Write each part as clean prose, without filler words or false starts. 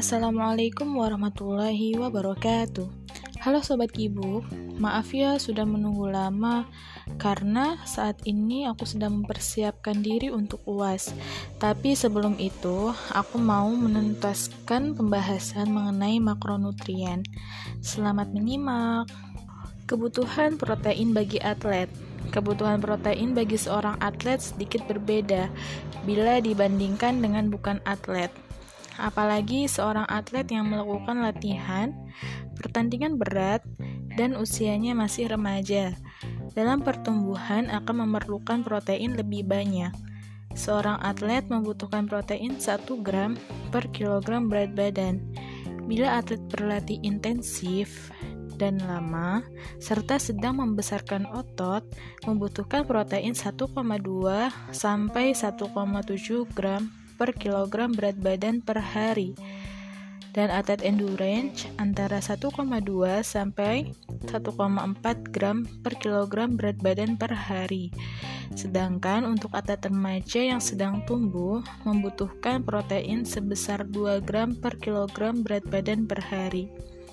Assalamualaikum warahmatullahi wabarakatuh. Halo Sobat Kibu, maaf ya sudah menunggu lama karena saat ini aku sedang mempersiapkan diri untuk UAS. Tapi sebelum itu, aku mau menuntaskan pembahasan mengenai makronutrien. Selamat menyimak. Kebutuhan protein bagi atlet. Kebutuhan protein bagi seorang atlet sedikit berbeda bila dibandingkan dengan bukan atlet. Apalagi seorang atlet yang melakukan latihan, pertandingan berat, dan usianya masih remaja. Dalam pertumbuhan akan memerlukan protein lebih banyak. Seorang atlet membutuhkan protein 1 gram per kilogram berat badan. Bila atlet berlatih intensif dan lama, serta sedang membesarkan otot, membutuhkan protein 1,2 sampai 1,7 gram per kilogram berat badan per hari, dan atlet endurance antara 1,2 sampai 1,4 gram per kilogram berat badan per hari. Sedangkan untuk atlet remaja yang sedang tumbuh membutuhkan protein sebesar 2 gram per kilogram berat badan per hari.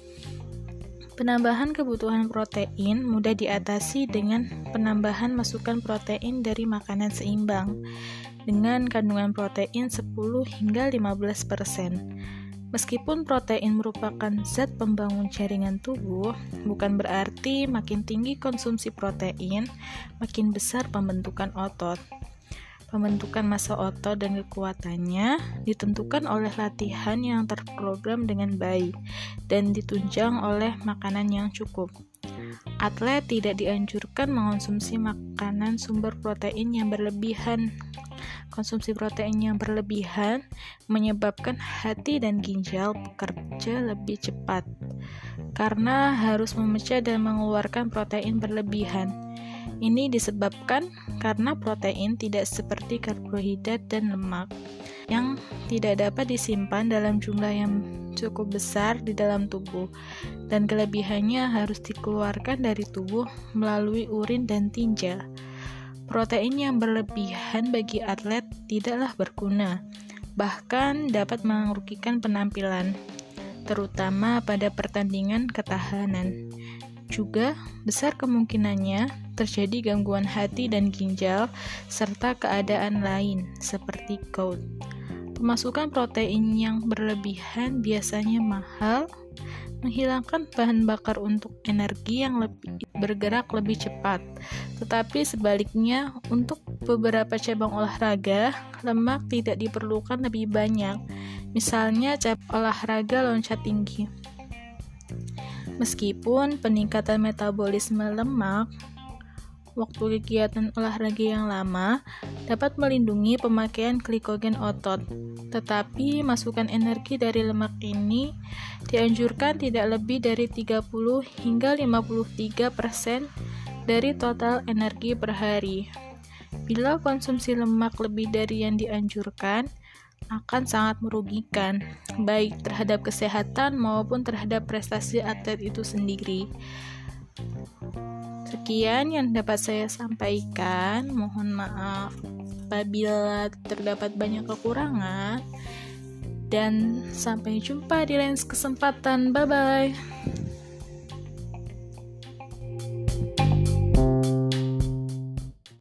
Penambahan kebutuhan protein mudah diatasi dengan penambahan masukan protein dari makanan seimbang dengan kandungan protein 10 hingga 15%. Meskipun protein merupakan zat pembangun jaringan tubuh, bukan berarti makin tinggi konsumsi protein, makin besar pembentukan otot. Pembentukan massa otot dan kekuatannya ditentukan oleh latihan yang terprogram dengan baik dan ditunjang oleh makanan yang cukup. Atlet tidak dianjurkan mengonsumsi makanan sumber protein yang berlebihan. Konsumsi protein yang berlebihan menyebabkan hati dan ginjal bekerja lebih cepat karena harus memecah dan mengeluarkan protein berlebihan. Ini disebabkan karena protein tidak seperti karbohidrat dan lemak yang tidak dapat disimpan dalam jumlah yang cukup besar di dalam tubuh, dan kelebihannya harus dikeluarkan dari tubuh melalui urin dan tinja. Protein yang berlebihan bagi atlet tidaklah berguna, bahkan dapat merugikan penampilan, terutama pada pertandingan ketahanan. Juga besar kemungkinannya terjadi gangguan hati dan ginjal serta keadaan lain seperti gout. Pemasukan protein yang berlebihan biasanya mahal, menghilangkan bahan bakar untuk energi yang bergerak lebih cepat. Tetapi sebaliknya, untuk beberapa cabang olahraga, lemak tidak diperlukan lebih banyak. Misalnya cabang olahraga loncat tinggi. Meskipun peningkatan metabolisme lemak waktu kegiatan olahraga yang lama dapat melindungi pemakaian glikogen otot, tetapi masukan energi dari lemak ini dianjurkan tidak lebih dari 30 hingga 53% dari total energi per hari. Bila konsumsi lemak lebih dari yang dianjurkan, akan sangat merugikan, baik terhadap kesehatan maupun terhadap prestasi atlet itu sendiri. Sekian yang dapat saya sampaikan. Mohon maaf apabila terdapat banyak kekurangan, dan sampai jumpa di lain kesempatan. Bye-bye.